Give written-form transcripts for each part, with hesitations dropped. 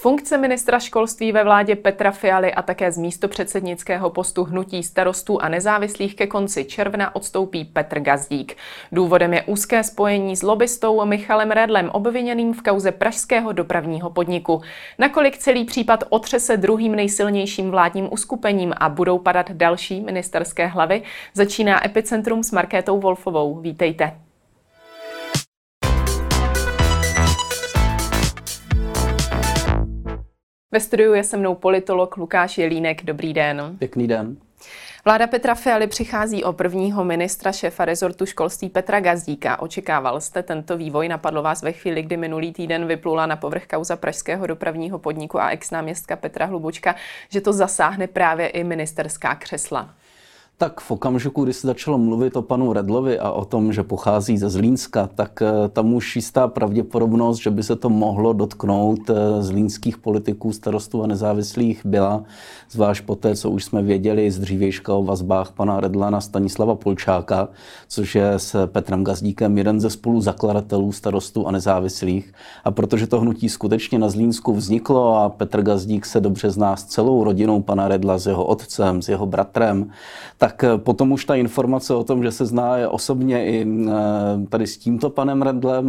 funkce ministra školství ve vládě Petra Fialy a také z místopředsednického postu hnutí Starostů a nezávislých ke konci června odstoupí Petr Gazdík. Důvodem je úzké spojení s lobbistou Michalem Redlem, obviněným v kauze pražského dopravního podniku. Nakolik celý případ otřese druhým nejsilnějším vládním uskupením a budou padat další ministerské hlavy, začíná Epicentrum s Markétou Wolfovou. Vítejte. Ve studiu je se mnou politolog Lukáš Jelínek. Dobrý den. Pěkný den. Vláda Petra Fialy přichází o prvního ministra šéfa rezortu školství Petra Gazdíka. Očekával jste tento vývoj? Napadlo vás ve chvíli, kdy minulý týden vyplula na povrch kauza pražského dopravního podniku a exnáměstka Petra Hlubučka, že to zasáhne právě i ministerská křesla? Tak v okamžiku, kdy se začalo mluvit o panu Redlovi a o tom, že pochází ze Zlínska, tak tam už jistá pravděpodobnost, že by se to mohlo dotknout zlínských politiků, starostů a nezávislých byla, zvlášť poté, co už jsme věděli z dřívějška o vazbách pana Redla na Stanislava Polčáka, což je s Petrem Gazdíkem jeden ze spoluzakladatelů starostů a nezávislých. A protože to hnutí skutečně na Zlínsku vzniklo a Petr Gazdík se dobře zná s celou rodinou pana Redla, s jeho otcem, s jeho bratrem, tak potom už ta informace o tom, že se zná je osobně i tady s tímto panem Redlem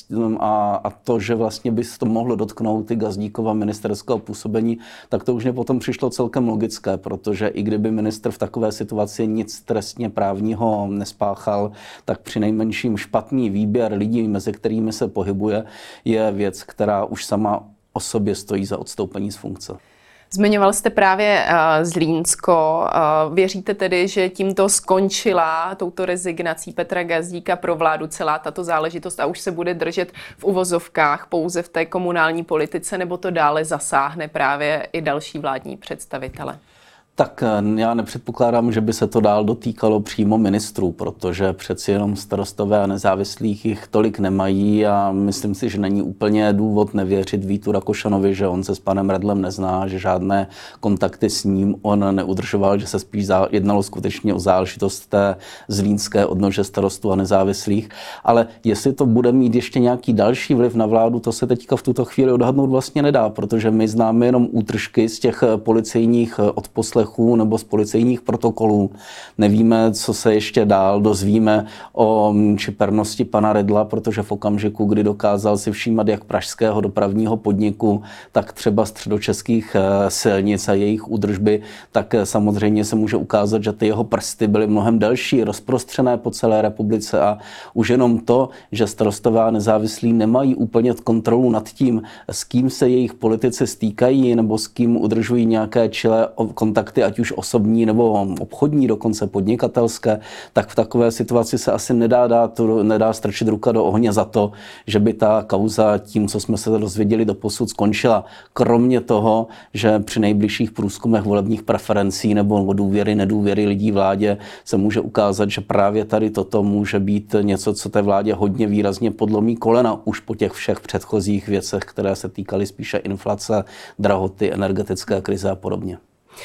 a to, že vlastně by se to mohlo dotknout i Gazdíkova ministerského působení, tak to už mě potom přišlo celkem logické, protože i kdyby ministr v takové situaci nic trestně právního nespáchal, tak přinejmenším špatný výběr lidí, mezi kterými se pohybuje, je věc, která už sama o sobě stojí za odstoupení z funkce. Zmiňoval jste právě Zlínsko. Věříte tedy, že tímto skončila touto rezignací Petra Gazdíka pro vládu celá tato záležitost a už se bude držet v uvozovkách pouze v té komunální politice, nebo to dále zasáhne právě i další vládní představitele? Tak já nepředpokládám, že by se to dál dotýkalo přímo ministrů, protože přeci jenom starostové a nezávislých jich tolik nemají a myslím si, že není úplně důvod nevěřit Vítu Rakušanovi, že on se s panem Redlem nezná, že žádné kontakty s ním on neudržoval, že se spíš jednalo skutečně o záležitost té zlínské odnože starostů a nezávislých. Ale jestli to bude mít ještě nějaký další vliv na vládu, to se teďka v tuto chvíli odhadnout vlastně nedá, protože my známe jenom útržky z těch policejních odposlechů nebo z policejních protokolů. Nevíme, co se ještě dál dozvíme o čipernosti pana Redla, protože v okamžiku, kdy dokázal si všímat jak pražského dopravního podniku, tak třeba středočeských silnic a jejich údržby, tak samozřejmě se může ukázat, že ty jeho prsty byly mnohem delší, rozprostřené po celé republice a už jenom to, že starostové a nezávislí nemají úplně kontrolu nad tím, s kým se jejich politici stýkají nebo s kým udržují nějaké čilé kontakty, ať už osobní nebo obchodní, dokonce podnikatelské, tak v takové situaci se asi nedá strčit ruka do ohně za to, že by ta kauza tím, co jsme se dozvěděli doposud, skončila. Kromě toho, že při nejbližších průzkumech volebních preferencí nebo důvěry, nedůvěry lidí vládě se může ukázat, že právě tady toto může být něco, co té vládě hodně výrazně podlomí kolena už po těch všech předchozích věcech, které se týkaly spíše inflace, drahoty, energetické krize a podobně.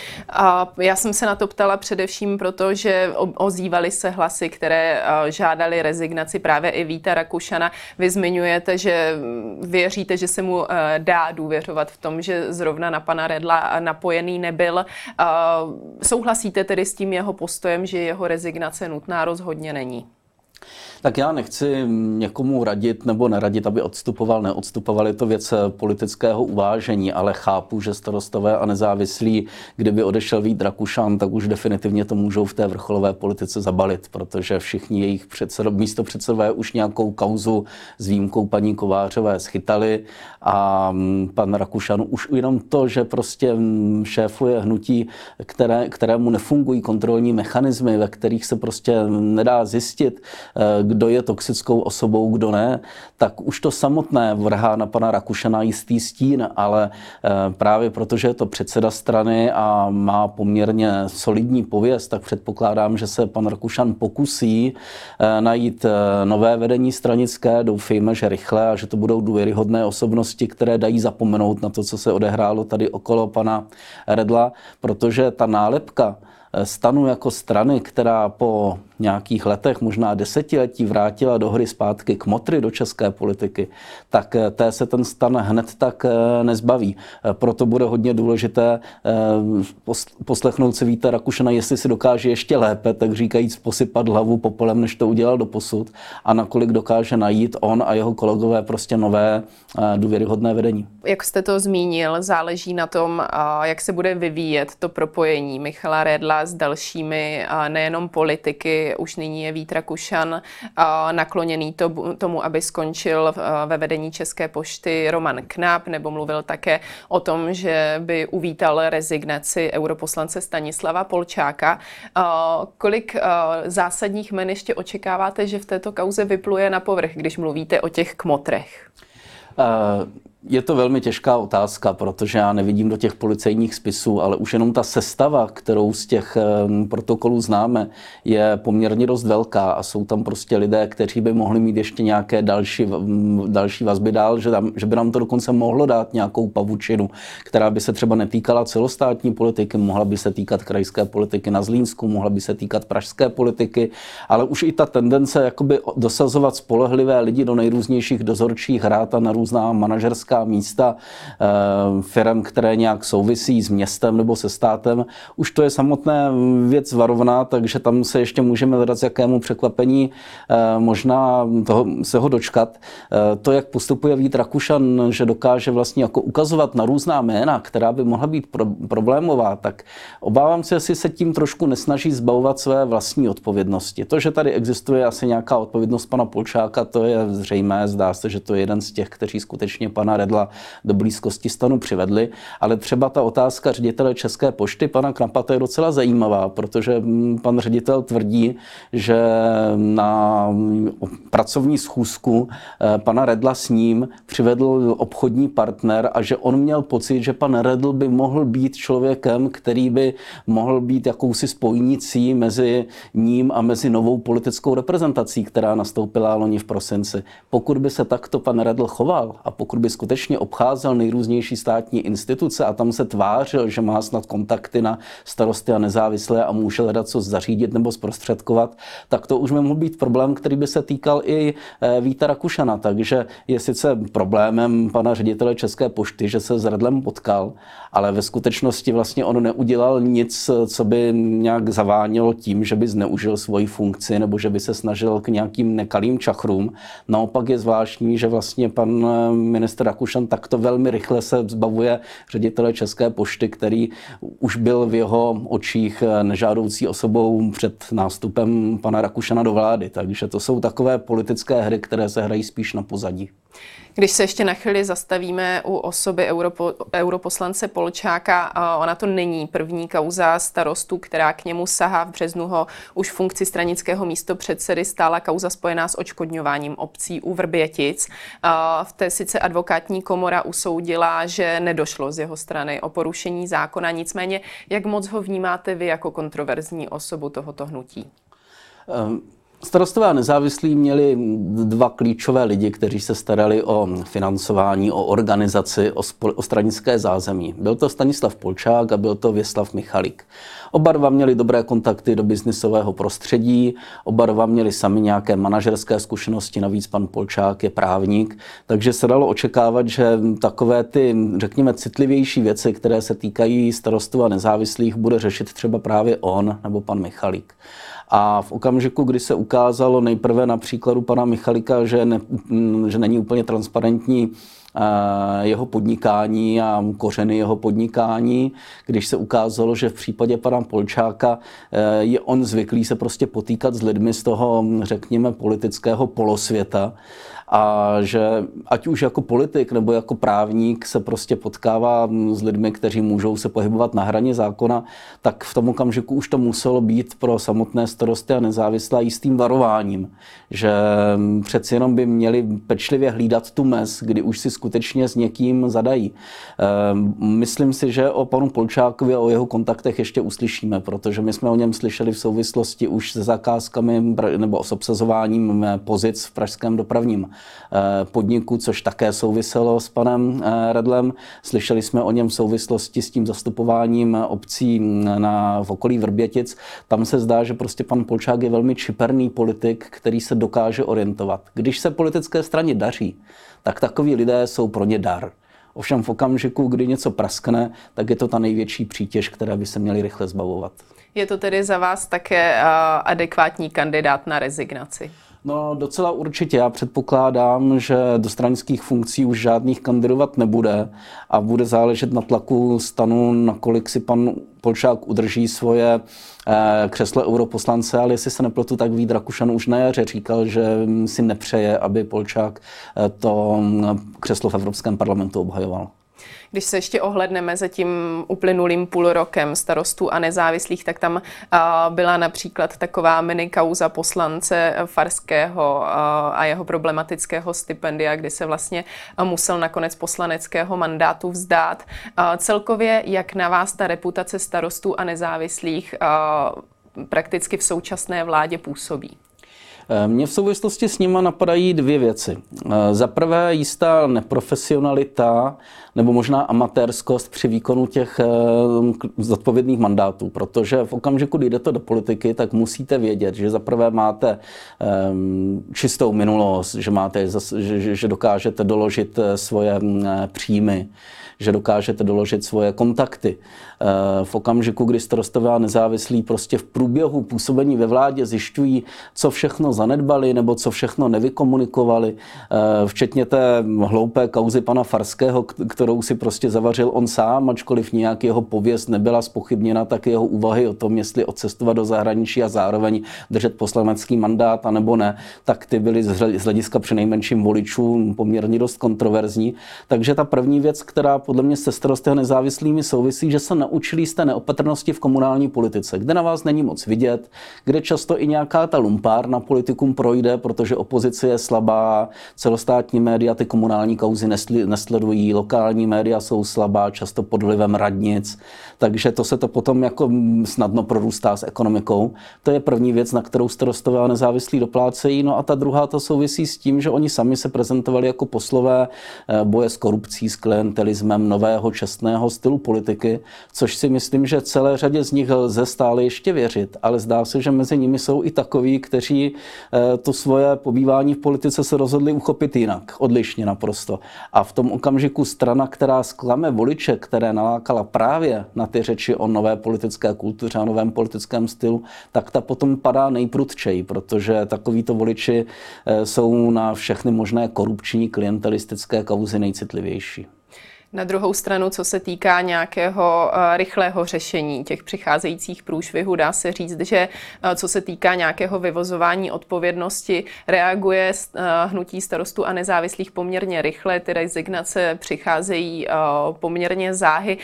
A já jsem se na to ptala především proto, že ozývaly se hlasy, které žádaly rezignaci právě i Víta Rakušana. Vy zmiňujete, že věříte, že se mu dá důvěřovat v tom, že zrovna na pana Redla napojený nebyl. Souhlasíte tedy s tím jeho postojem, že jeho rezignace nutná rozhodně není? Tak já nechci někomu radit nebo neradit, aby odstupoval, neodstupoval, je to věc politického uvážení, ale chápu, že starostové a nezávislí, kdyby odešel Vít Rakušan, tak už definitivně to můžou v té vrcholové politice zabalit, protože všichni jejich místopředsedové už nějakou kauzu s výjimkou paní Kovářové schytali a pan Rakušan už jenom to, že prostě šéfuje hnutí, kterému nefungují kontrolní mechanismy, ve kterých se prostě nedá zjistit, kdo je toxickou osobou, kdo ne, tak už to samotné vrhá na pana Rakušana jistý stín, ale právě protože je to předseda strany a má poměrně solidní pověst, tak předpokládám, že se pan Rakušan pokusí najít nové vedení stranické, doufejme, že rychle a že to budou důvěryhodné osobnosti, které dají zapomenout na to, co se odehrálo tady okolo pana Redla, protože ta nálepka STANu jako strany, která po nějakých letech, možná desetiletí vrátila do hry zpátky kmotry do české politiky, tak té se ten stan hned tak nezbaví. Proto bude hodně důležité poslechnout si Víta Rakušana, jestli si dokáže ještě lépe, tak říkajíc, posypat hlavu popelem, než to udělal doposud, a nakolik dokáže najít on a jeho kolegové prostě nové důvěryhodné vedení. Jak jste to zmínil, záleží na tom, jak se bude vyvíjet to propojení Michala Redla s dalšími nejenom politiky. Už nyní je Vít Rakušan nakloněný tomu, aby skončil ve vedení České pošty Roman Knap, nebo mluvil také o tom, že by uvítal rezignaci europoslance Stanislava Polčáka. Kolik zásadních jmen ještě očekáváte, že v této kauze vypluje na povrch, když mluvíte o těch kmotrech? Je to velmi těžká otázka, protože já nevidím do těch policejních spisů, ale už jenom ta sestava, kterou z těch protokolů známe, je poměrně dost velká a jsou tam prostě lidé, kteří by mohli mít ještě nějaké další vazby dál, že by nám to dokonce mohlo dát nějakou pavučinu, která by se třeba netýkala celostátní politiky, mohla by se týkat krajské politiky na Zlínsku, mohla by se týkat pražské politiky, ale už i ta tendence jakoby dosazovat spolehlivé lidi do nejrůznějších dozorčích rad a na různá manažerská místa firem, které nějak souvisí s městem nebo se státem. Už to je samotné věc varovná, takže tam se ještě můžeme hledat z jakému překvapení možná se ho dočkat. To, jak postupuje Vít Rakušan, že dokáže vlastně jako ukazovat na různá jména, která by mohla být problémová, tak obávám se, jestli se tím trošku nesnaží zbavovat své vlastní odpovědnosti. To, že tady existuje asi nějaká odpovědnost pana Polčáka, to je zřejmé. Zdá se, že to je jeden z těch, kteří skutečně pana Redla do blízkosti stanu přivedli, ale třeba ta otázka ředitele České pošty, pana Knapa, to je docela zajímavá, protože pan ředitel tvrdí, že na pracovní schůzku pana Redla s ním přivedl obchodní partner a že on měl pocit, že pan Redl by mohl být člověkem, který by mohl být jakousi spojnicí mezi ním a mezi novou politickou reprezentací, která nastoupila loni v prosinci. Pokud by se takto pan Redl choval a pokud by skutečně obcházel nejrůznější státní instituce a tam se tvářil, že má snad kontakty na starosty a nezávislé a může hledat co zařídit nebo zprostředkovat, tak to už by mohl být problém, který by se týkal i Víta Rakušana. Takže je sice problémem pana ředitele České pošty, že se s Redlem potkal, ale ve skutečnosti vlastně on neudělal nic, co by nějak zavánilo tím, že by zneužil svoji funkci nebo že by se snažil k nějakým nekalým čachrům. Naopak je zvláštní, že vlastně pan ministr Rakušan takto velmi rychle se zbavuje ředitele České pošty, který už byl v jeho očích nežádoucí osobou před nástupem pana Rakušana do vlády. Takže to jsou takové politické hry, které se hrají spíš na pozadí. Když se ještě na chvíli zastavíme u osoby europoslance Polčáka, ona to není první kauza Starostů, která k němu sahá. V březnu ho už v funkci stranického místopředsedy stála kauza spojená s odškodňováním obcí u Vrbětic. V té sice advokátní komora usoudila, že nedošlo z jeho strany o porušení zákona. Nicméně, jak moc ho vnímáte vy jako kontroverzní osobu tohoto hnutí? Starostové a nezávislí měli dva klíčové lidi, kteří se starali o financování, o organizaci, o stranické zázemí. Byl to Stanislav Polčák a byl to Věslav Michalik. Oba dva měli dobré kontakty do biznisového prostředí, oba dva měli sami nějaké manažerské zkušenosti, navíc pan Polčák je právník, takže se dalo očekávat, že takové ty, řekněme, citlivější věci, které se týkají starostů a nezávislých, bude řešit třeba právě on nebo pan Michalik. A v okamžiku, kdy se ukázalo nejprve na příkladu pana Michalika, že není úplně transparentní jeho podnikání a kořeny jeho podnikání, když se ukázalo, že v případě pana Polčáka je on zvyklý se prostě potýkat s lidmi z toho, řekněme, politického polosvěta, a že ať už jako politik nebo jako právník se prostě potkává s lidmi, kteří můžou se pohybovat na hraně zákona, tak v tom okamžiku už to muselo být pro samotné starosty a nezávislé jistým varováním, že přeci jenom by měli pečlivě hlídat tu mez, kdy už si skutečně s někým zadají. Myslím si, že o panu Polčákovi a o jeho kontaktech ještě uslyšíme, protože my jsme o něm slyšeli v souvislosti už se zakázkami nebo s obsazováním pozic v pražském dopravním podniku, což také souviselo s panem Redlem. Slyšeli jsme o něm v souvislosti s tím zastupováním obcí v okolí Vrbětic. Tam se zdá, že prostě pan Polčák je velmi čiperný politik, který se dokáže orientovat. Když se politické straně daří, tak takoví lidé jsou pro ně dar. Ovšem v okamžiku, kdy něco praskne, tak je to ta největší přítěž, které by se měly rychle zbavovat. Je to tedy za vás také adekvátní kandidát na rezignaci? No docela určitě. Já předpokládám, že do stranických funkcí už žádných kandidovat nebude a bude záležet na tlaku STANu, nakolik si pan Polčák udrží svoje křeslo europoslance, ale jestli se nepletu, tak Vít Rakušan už na jaře říkal, že si nepřeje, aby Polčák to křeslo v Evropském parlamentu obhajoval. Když se ještě ohledneme za tím uplynulým půl rokem Starostů a nezávislých, tak tam byla například taková minikauza poslance Farského a jeho problematického stipendia, kdy se vlastně musel nakonec poslaneckého mandátu vzdát. Celkově, jak na vás ta reputace Starostů a nezávislých prakticky v současné vládě působí? Mně v souvislosti s nima napadají dvě věci. Za prvé jistá neprofesionalita nebo možná amatérskost při výkonu těch zodpovědných mandátů, protože v okamžiku, kdy jdete do politiky, tak musíte vědět, že za prvé máte čistou minulost, že dokážete doložit svoje příjmy, že dokážete doložit svoje kontakty. V okamžiku, kdy starostové a nezávislí prostě v průběhu působení ve vládě zjišťují, co všechno zanedbali nebo co všechno nevykomunikovali, včetně té hloupé kauzy pana Farského, kterou si prostě zavařil on sám, ačkoliv nějak jeho pověst nebyla zpochybněna, tak jeho úvahy o tom, jestli odcestovat do zahraničí a zároveň držet poslanecký mandát, anebo ne, tak ty byly z hlediska přinejmenším voličů poměrně dost kontroverzní. Takže ta první věc, která podle mě se starosty a nezávislými souvisí, že se naučili z té neopatrnosti v komunální politice, kde na vás není moc vidět, kde často i nějaká ta lumpárna politikum projde, protože opozice je slabá, celostátní média ty komunální kauzy nesledují, lokální média jsou slabá, často pod vlivem radnic, takže to se to potom jako snadno prorůstá s ekonomikou. To je první věc, na kterou starostové a nezávislí doplácejí. No a ta druhá to souvisí s tím, že oni sami se prezentovali jako poslové boje s korupcí, s klientelismem, nového čestného stylu politiky, což si myslím, že celé řadě z nich lze stále ještě věřit, ale zdá se, že mezi nimi jsou i takoví, kteří to svoje pobývání v politice se rozhodli uchopit jinak, odlišně naprosto. A v tom okamžiku strana, která zklame voliče, které nalákala právě na ty řeči o nové politické kultuře a novém politickém stylu, tak ta potom padá nejprudčej, protože takovýto voliči jsou na všechny možné korupční, klientelistické kauzy nejcitlivější. Na druhou stranu, co se týká nějakého rychlého řešení těch přicházejících průšvihů, dá se říct, že co se týká nějakého vyvozování odpovědnosti, reaguje hnutí Starostů a nezávislých poměrně rychle, ty rezignace přicházejí poměrně záhy.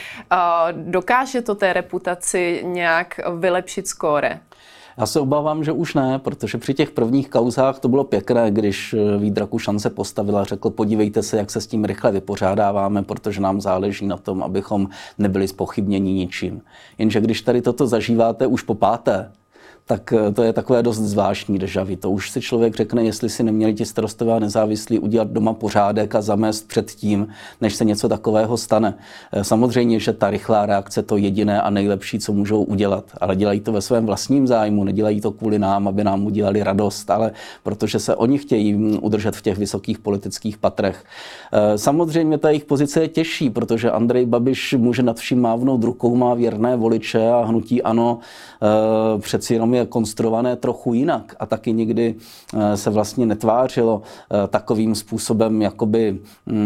Dokáže to té reputaci nějak vylepšit skóre? Já se obávám, že už ne, protože při těch prvních kauzách to bylo pěkné, když Vít Rakušan se postavil a řekl, podívejte se, jak se s tím rychle vypořádáváme, protože nám záleží na tom, abychom nebyli zpochybněni ničím. Jenže když tady toto zažíváte už po páté, tak to je takové dost zvláštní déjà vu. To už si člověk řekne, jestli si neměli ti starostové a nezávislí udělat doma pořádek a zamést před tím, než se něco takového stane. Samozřejmě, že ta rychlá reakce to jediné a nejlepší, co můžou udělat, ale dělají to ve svém vlastním zájmu, nedělají to kvůli nám, aby nám udělali radost, ale protože se oni chtějí udržet v těch vysokých politických patrech. Samozřejmě ta jejich pozice je těžší, protože Andrej Babiš může nad vším mávnout rukou, má věrné voliče a hnutí ANO přeci jenom je konstruované trochu jinak a taky nikdy se vlastně netvářilo takovým způsobem, jakoby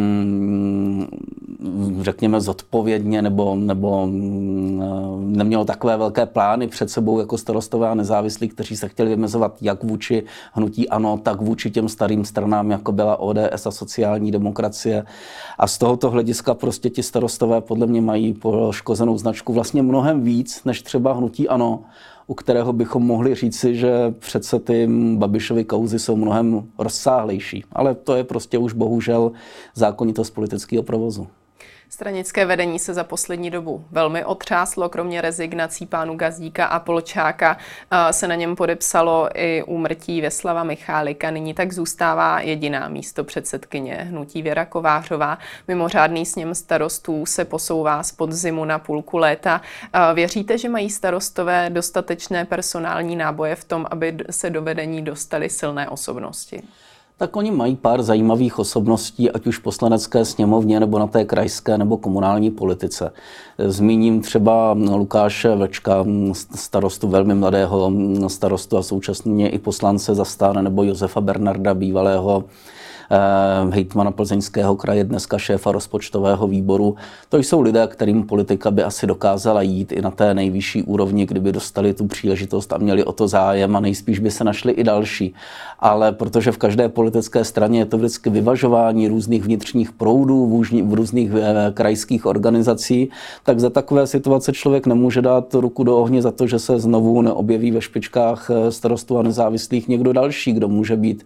řekněme zodpovědně nebo nemělo takové velké plány před sebou jako starostové a nezávislí, kteří se chtěli vymezovat jak vůči hnutí ANO, tak vůči těm starým stranám, jako byla ODS a sociální demokracie. A z tohoto hlediska prostě ti starostové podle mě mají poškozenou značku vlastně mnohem víc, než třeba hnutí ANO, u kterého bychom mohli říci, že přece ty Babišovy kauzy jsou mnohem rozsáhlejší. Ale to je prostě už bohužel zákonitost politického provozu. Stranické vedení se za poslední dobu velmi otřáslo, kromě rezignací pánů Gazdíka a Polčáka se na něm podepsalo i úmrtí Věslava Michálika. Nyní tak zůstává jediná místopředsedkyně hnutí Věra Kovářová. Mimořádný sněm starostů se posouvá z podzimu na půlku léta. Věříte, že mají starostové dostatečné personální náboje v tom, aby se do vedení dostaly silné osobnosti? Tak oni mají pár zajímavých osobností, ať už v poslanecké sněmovně, nebo na té krajské, nebo komunální politice. Zmíním třeba Lukáše Vlčka, starostu, velmi mladého starostu a současně i poslance za STAN, nebo Josefa Bernarda, bývalého hejtmana Plzeňského kraje, dneska šéfa rozpočtového výboru. To jsou lidé, kterým politika by asi dokázala jít i na té nejvyšší úrovni, kdyby dostali tu příležitost a měli o to zájem, a nejspíš by se našli i další. Ale protože v každé politické straně je to vždycky vyvažování různých vnitřních proudů v různých krajských organizací, tak za takové situace člověk nemůže dát ruku do ohně za to, že se znovu neobjeví ve špičkách starostů a nezávislých někdo další, kdo může být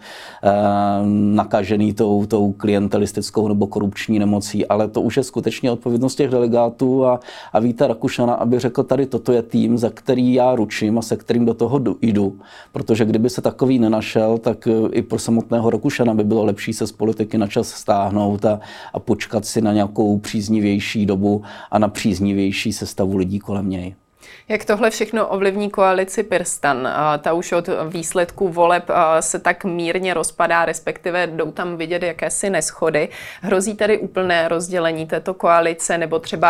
nakažený tou klientelistickou nebo korupční nemocí, ale to už je skutečně odpovědnost těch delegátů a Víta Rakušana, aby řekl, tady toto je tým, za který já ručím a se kterým do toho jdu, protože kdyby se takový nenašel, tak i pro samotného Rakušana by bylo lepší se z politiky na čas stáhnout a počkat si na nějakou příznivější dobu a na příznivější sestavu lidí kolem něj. Jak tohle všechno ovlivní koalici PirSTAN? Ta už od výsledků voleb se tak mírně rozpadá, respektive jdou tam vidět jakési neshody. Hrozí tady úplné rozdělení této koalice, nebo třeba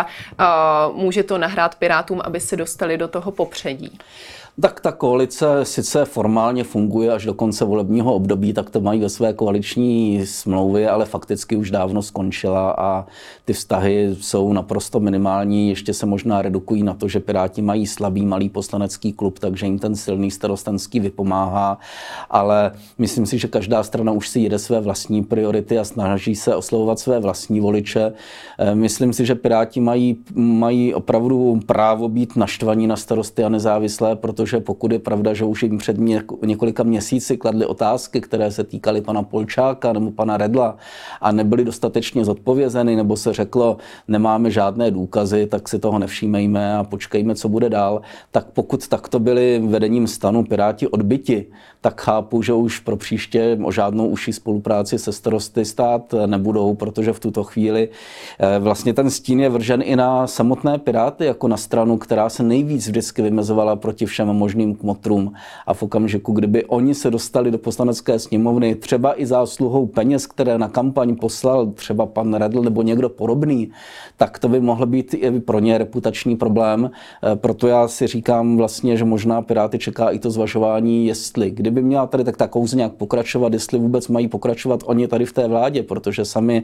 může to nahrát Pirátům, aby se dostali do toho popředí? Tak ta koalice sice formálně funguje až do konce volebního období, tak to mají ve své koaliční smlouvě, ale fakticky už dávno skončila a ty vztahy jsou naprosto minimální. Ještě se možná redukují na to, že Piráti mají slabý malý poslanecký klub, takže jim ten silný starostenský vypomáhá, ale myslím si, že každá strana už si jede své vlastní priority a snaží se oslovovat své vlastní voliče. Myslím si, že Piráti mají opravdu právo být naštvaní na starosty a nezávislé, protože pokud je pravda, že už jim před několika měsíci kladly otázky, které se týkaly pana Polčáka nebo pana Redla a nebyly dostatečně zodpovězeny, nebo se řeklo, nemáme žádné důkazy, tak si toho nevšímejme a počkejme, co bude dál, tak pokud takto byli vedením STANu Piráti odbyti, tak chápu, že už pro příště o žádnou užší spolupráci se starosty stát nebudou, protože v tuto chvíli vlastně ten stín je vržen i na samotné Piráty, jako na stranu, která se nejvíc vždycky vymezovala proti všem možným kmotrům. A v okamžiku, kdyby oni se dostali do poslanecké sněmovny, třeba i zásluhou peněz, které na kampaň poslal třeba pan Redl nebo někdo podobný, tak to by mohl být i pro ně reputační problém. Proto já si říkám vlastně, že možná Piráty čeká i to zvažování, jestli, kdyby měla tady tak ta kouze nějak pokračovat, jestli vůbec mají pokračovat oni tady v té vládě, protože sami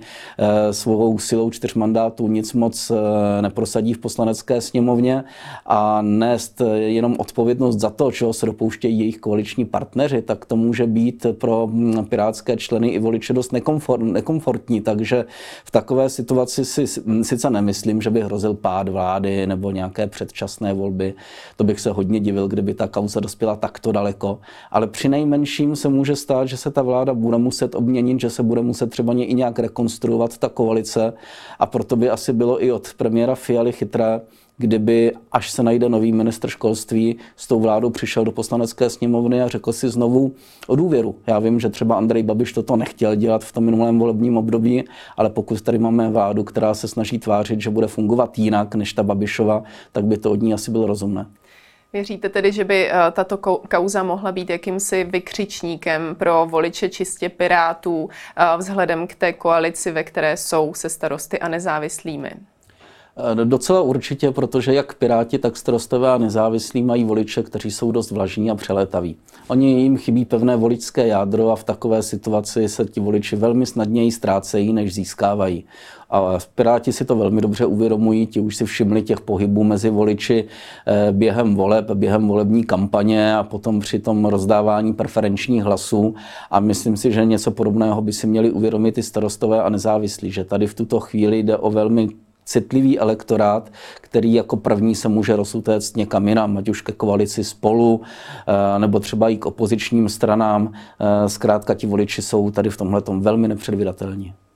svou silou 4 mandátů nic moc neprosadí v poslanecké sněmovně a nést jenom odpovědnost za to, čeho se dopouštějí jejich koaliční partneři, tak to může být pro pirátské členy i voliče dost nekomfortní. Takže v takové situaci si sice nemyslím, že by hrozil pád vlády nebo nějaké předčasné volby. To bych se hodně divil, kdyby ta kauza dospěla takto daleko. Ale přinejmenším se může stát, že se ta vláda bude muset obměnit, že se bude muset třeba i nějak rekonstruovat ta koalice. A proto by asi bylo i od premiéra Fialy chytré, kdyby, až se najde nový ministr školství, s tou vládou přišel do poslanecké sněmovny a řekl si znovu o důvěru. Já vím, že třeba Andrej Babiš toto nechtěl dělat v tom minulém volebním období, ale pokud tady máme vládu, která se snaží tvářit, že bude fungovat jinak než ta Babišova, tak by to od ní asi bylo rozumné. Věříte tedy, že by tato kauza mohla být jakýmsi vykřičníkem pro voliče čistě Pirátů vzhledem k té koalici, ve které jsou se starosty a nezávislými? Docela určitě, protože jak Piráti, tak starostové a nezávislí mají voliče, kteří jsou dost vlažní a přelétaví. Jim chybí pevné voličské jádro a v takové situaci se ti voliči velmi snadněji ztrácejí, než získávají. A Piráti si to velmi dobře uvědomují, ti už si všimli těch pohybů mezi voliči během voleb, během volební kampaně a potom při tom rozdávání preferenčních hlasů. A myslím si, že něco podobného by si měli uvědomit i starostové a nezávislí, že tady v tuto chvíli jde o velmi citlivý elektorát, který jako první se může rozutéct někam jinam, ať už ke koalici Spolu, nebo třeba i k opozičním stranám. Zkrátka ti voliči jsou tady v tomhletom velmi nepředvídatelní.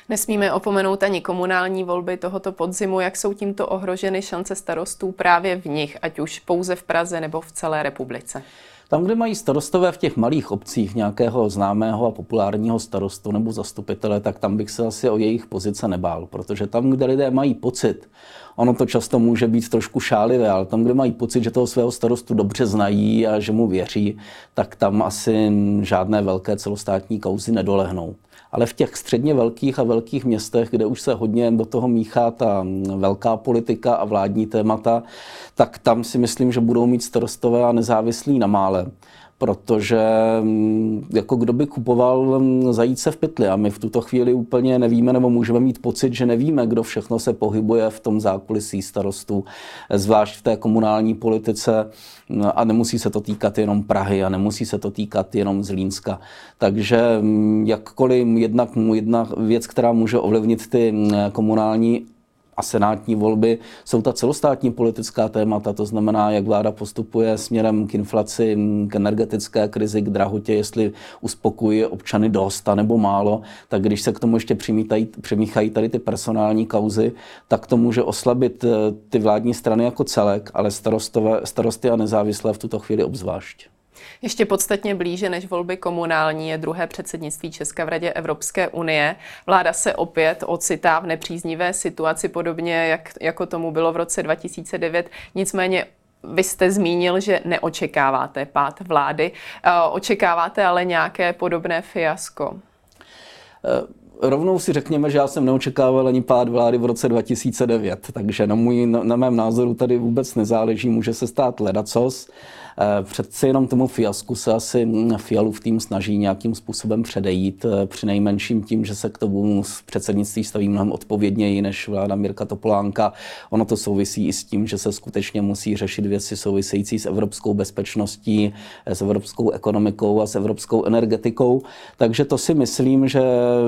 Nesmíme opomenout ani komunální volby tohoto podzimu. Jak jsou tímto ohroženy šance starostů právě v nich, ať už pouze v Praze nebo v celé republice? Tam, kde mají starostové v těch malých obcích nějakého známého a populárního starostu nebo zastupitele, tak tam bych se asi o jejich pozice nebál, protože tam, kde lidé mají pocit, ono to často může být trošku šálivé, ale tam, kde mají pocit, že toho svého starostu dobře znají a že mu věří, tak tam asi žádné velké celostátní kauzy nedolehnou. Ale v těch středně velkých a velkých městech, kde už se hodně do toho míchá ta velká politika a vládní témata, tak tam si myslím, že budou mít starostové a nezávislí na mále. Protože jako kdo by kupoval zajíce v pytli a my v tuto chvíli úplně nevíme, nebo můžeme mít pocit, že nevíme, kdo všechno se pohybuje v tom zákulisí starostů, zvlášť v té komunální politice, a nemusí se to týkat jenom Prahy a nemusí se to týkat jenom Zlínska. Takže jakkoliv jedna věc, která může ovlivnit ty komunální a senátní volby, jsou ta celostátní politická témata, to znamená, jak vláda postupuje směrem k inflaci, k energetické krizi, k drahotě, jestli uspokojuje občany dost a nebo málo, tak když se k tomu ještě přimíchají tady ty personální kauzy, tak to může oslabit ty vládní strany jako celek, ale starosty a nezávislé v tuto chvíli obzvlášť. Ještě podstatně blíže než volby komunální je druhé předsednictví Česka v Radě Evropské unie. Vláda se opět ocitá v nepříznivé situaci, podobně jako tomu bylo v roce 2009. Nicméně vy jste zmínil, že neočekáváte pád vlády. Očekáváte ale nějaké podobné fiasko? Rovnou si řekněme, že já jsem neočekával ani pád vlády v roce 2009, takže na mém názoru tady vůbec nezáleží, může se stát ledacos. Přece jenom tomu fiasku se asi Fialův tým snaží nějakým způsobem předejít, přinejmenším tím, že se k tomu předsednictví staví mnohem odpovědněji než vláda Mirka Topolánka. Ono to souvisí i s tím, že se skutečně musí řešit věci související s evropskou bezpečností, s evropskou ekonomikou a s evropskou energetikou. Takže to si myslím, že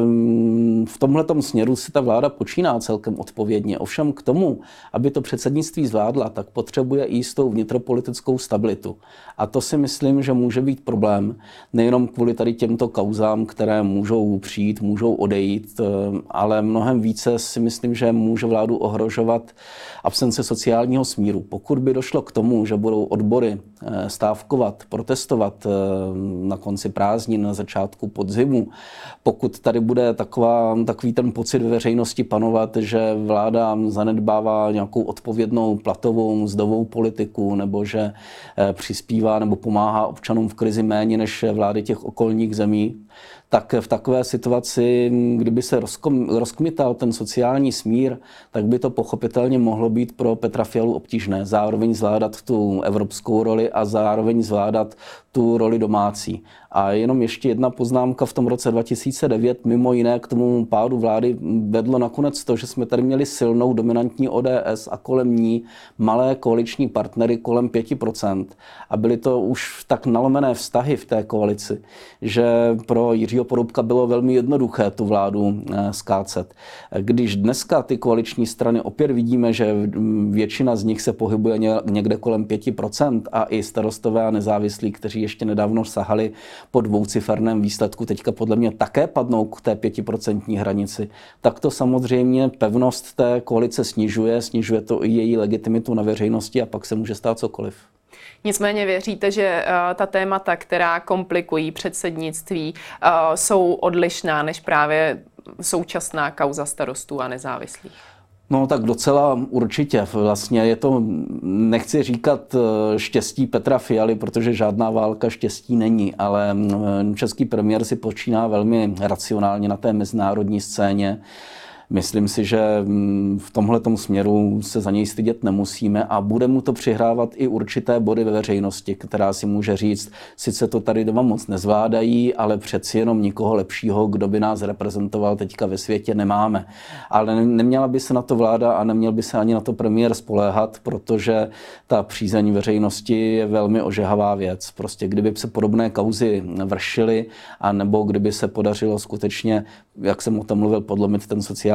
v tomhletom směru si ta vláda počíná celkem odpovědně. Ovšem k tomu, aby to předsednictví zvládla, tak potřebuje i jistou vnitropolitickou stabilitu. A to si myslím, že může být problém, nejenom kvůli tady těmto kauzám, které můžou přijít, můžou odejít, ale mnohem více si myslím, že může vládu ohrožovat absence sociálního smíru. Pokud by došlo k tomu, že budou odbory stávkovat, protestovat na konci prázdnin, na začátku podzimu, pokud tady bude takový ten pocit ve veřejnosti panovat, že vláda zanedbává nějakou odpovědnou platovou, mzdovou politiku, nebo že přispívá nebo pomáhá občanům v krizi méně než vlády těch okolních zemí, tak v takové situaci, kdyby se rozkmital ten sociální smír, tak by to pochopitelně mohlo být pro Petra Fialu obtížné. Zároveň zvládat tu evropskou roli a zároveň zvládat tu roli domácí. A jenom ještě jedna poznámka, v tom roce 2009 mimo jiné k tomu pádu vlády vedlo nakonec to, že jsme tady měli silnou dominantní ODS a kolem ní malé koaliční partnery kolem 5%. A byly to už tak nalomené vztahy v té koalici, že pro Jiřího Porubka bylo velmi jednoduché tu vládu skácet. Když dneska ty koaliční strany opět vidíme, že většina z nich se pohybuje někde kolem 5% a i starostové a nezávislí, kteří ještě nedávno sahali po dvouciferném výsledku, teďka podle mě také padnou k té 5% hranici, tak to samozřejmě pevnost té koalice snižuje to i její legitimitu na veřejnosti a pak se může stát cokoliv. Nicméně věříte, že ta témata, která komplikují předsednictví, jsou odlišná než právě současná kauza starostů a nezávislých? No tak docela určitě. Vlastně je to, nechci říkat štěstí Petra Fialy, protože žádná válka štěstí není, ale český premiér si počíná velmi racionálně na té mezinárodní scéně. Myslím si, že v tomhletom směru se za něj stydět nemusíme a bude mu to přihrávat i určité body ve veřejnosti, která si může říct, sice to tady doma moc nezvládají, ale přeci jenom nikoho lepšího, kdo by nás reprezentoval teďka ve světě, nemáme. Ale neměla by se na to vláda a neměl by se ani na to premiér spoléhat, protože ta přízeň veřejnosti je velmi ožehavá věc. Prostě kdyby se podobné kauzy vršily, anebo kdyby se podařilo skutečně, jak jsem o tom mluvil, podlomit ten sociální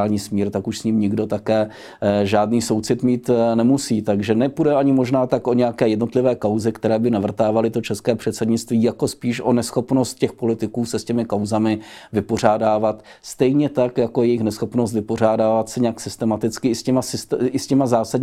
sociální smír, tak už s ním nikdo také žádný soucit mít nemusí. Takže nepůjde ani možná tak o nějaké jednotlivé kauzy, které by navrtávaly to české předsednictví, jako spíš o neschopnost těch politiků se s těmi kauzami vypořádávat. Stejně tak, jako jejich neschopnost vypořádávat se nějak systematicky i s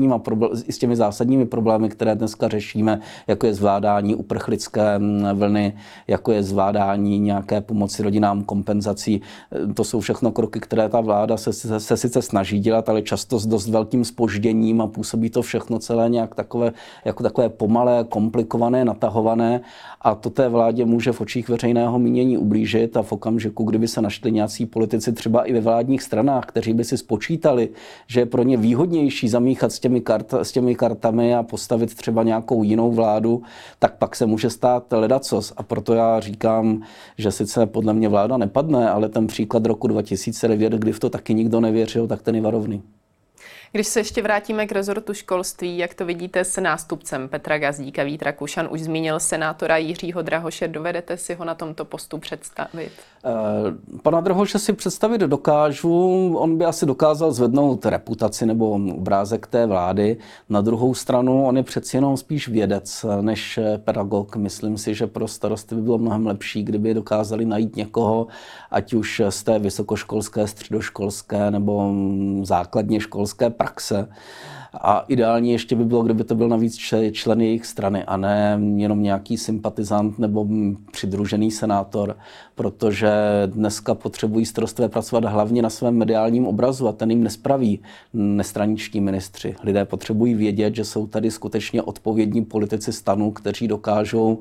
těmi zásadními problémy, které dneska řešíme, jako je zvládání uprchlické vlny, jako je zvládání nějaké pomoci rodinám, kompenzací. To jsou všechno kroky, které ta vláda se sice snaží dělat, ale často s dost velkým zpožděním a působí to všechno celé nějak takové pomalé, komplikované, natahované a to té vládě může v očích veřejného mínění ublížit a v okamžiku, kdyby se našli nějací politici třeba i ve vládních stranách, kteří by si spočítali, že je pro ně výhodnější zamíchat s těmi kartami a postavit třeba nějakou jinou vládu, tak pak se může stát ledacos. A proto já říkám, že sice podle mě vláda nepadne, ale ten příklad roku 2009, kdy v to taky nikdo nevěřil, tak ten je varovný. Když se ještě vrátíme k rezortu školství, jak to vidíte s nástupcem Petra Gazdíka? Vít Rakušan už zmínil senátora Jiřího Drahoše. Dovedete si ho na tomto postu představit? Pana Drahoše si představit dokážu. On by asi dokázal zvednout reputaci nebo obrázek té vlády. Na druhou stranu on je přeci jenom spíš vědec než pedagog. Myslím si, že pro starosty by bylo mnohem lepší, kdyby dokázali najít někoho, ať už z té vysokoškolské, středoškolské nebo základně školské praxe. A ideálně ještě by bylo, kdyby to byl navíc člen jejich strany a ne jenom nějaký sympatizant nebo přidružený senátor, protože dneska potřebují starostové pracovat hlavně na svém mediálním obrazu a ten jim nespraví nestraničtí ministři. Lidé potřebují vědět, že jsou tady skutečně odpovědní politici stanu, kteří dokážou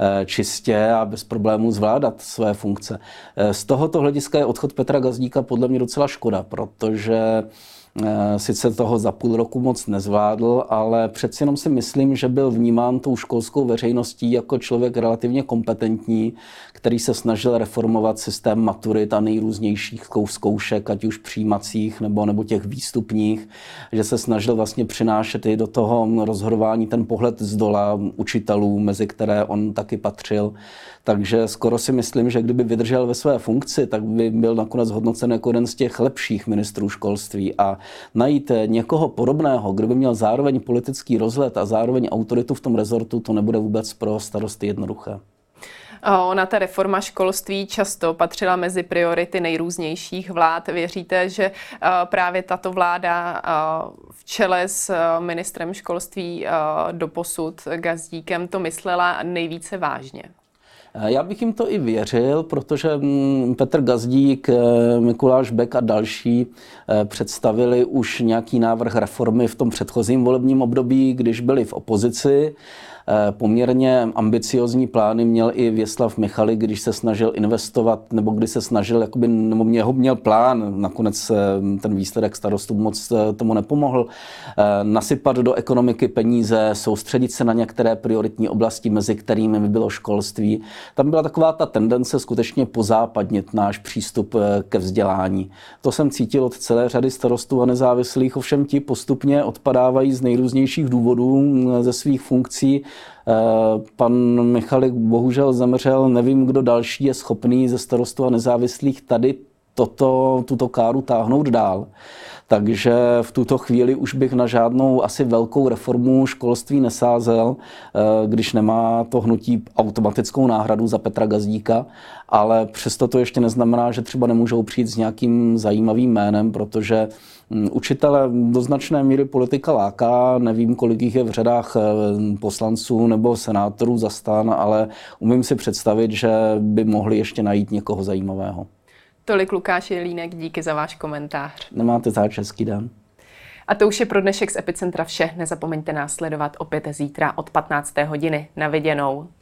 čistě a bez problémů zvládat své funkce. Z tohoto hlediska je odchod Petra Gazdíka podle mě docela škoda, protože sice toho za půl roku moc nezvládl, ale přeci jenom si myslím, že byl vnímán tou školskou veřejností jako člověk relativně kompetentní, který se snažil reformovat systém maturit a nejrůznějších zkoušek, ať už přijímacích nebo těch výstupních, že se snažil vlastně přinášet i do toho rozhodování ten pohled zdola učitelů, mezi které on taky patřil. Takže skoro si myslím, že kdyby vydržel ve své funkci, tak by byl nakonec hodnocen jako jeden z těch lepších ministrů školství. A najít někoho podobného, kdo by měl zároveň politický rozhled a zároveň autoritu v tom rezortu, to nebude vůbec pro starosty jednoduché. Ona ta reforma školství často patřila mezi priority nejrůznějších vlád. Věříte, že právě tato vláda v čele s ministrem školství doposud Gazdíkem to myslela nejvíce vážně? Já bych jim to i věřil, protože Petr Gazdík, Mikuláš Bek a další představili už nějaký návrh reformy v tom předchozím volebním období, když byli v opozici. Poměrně ambiciozní plány měl i Věslav Michalik, když se snažil investovat, nebo když se snažil, nebo měl plán, nakonec ten výsledek starostů moc tomu nepomohl, nasypat do ekonomiky peníze, soustředit se na některé prioritní oblasti, mezi kterými by bylo školství. Tam byla taková ta tendence skutečně pozápadnit náš přístup ke vzdělání. To jsem cítil od celé řady starostů a nezávislých, ovšem ti postupně odpadávají z nejrůznějších důvodů ze svých funkcí. Pan Michalik bohužel zemřel, nevím, kdo další je schopný ze starostů a nezávislých tady tuto káru táhnout dál. Takže v tuto chvíli už bych na žádnou asi velkou reformu školství nesázel, když nemá to hnutí automatickou náhradu za Petra Gazdíka, ale přesto to ještě neznamená, že třeba nemůžou přijít s nějakým zajímavým jménem, protože učitele do značné míry politika láká, nevím, kolik jich je v řadách poslanců nebo senátorů za STAN, ale umím si představit, že by mohli ještě najít někoho zajímavého. Tolik Lukáš Jelínek, díky za váš komentář. Nemáte zač, hezký den. A to už je pro dnešek z Epicentra vše. Nezapomeňte nás sledovat opět zítra od 15. hodiny. Na viděnou.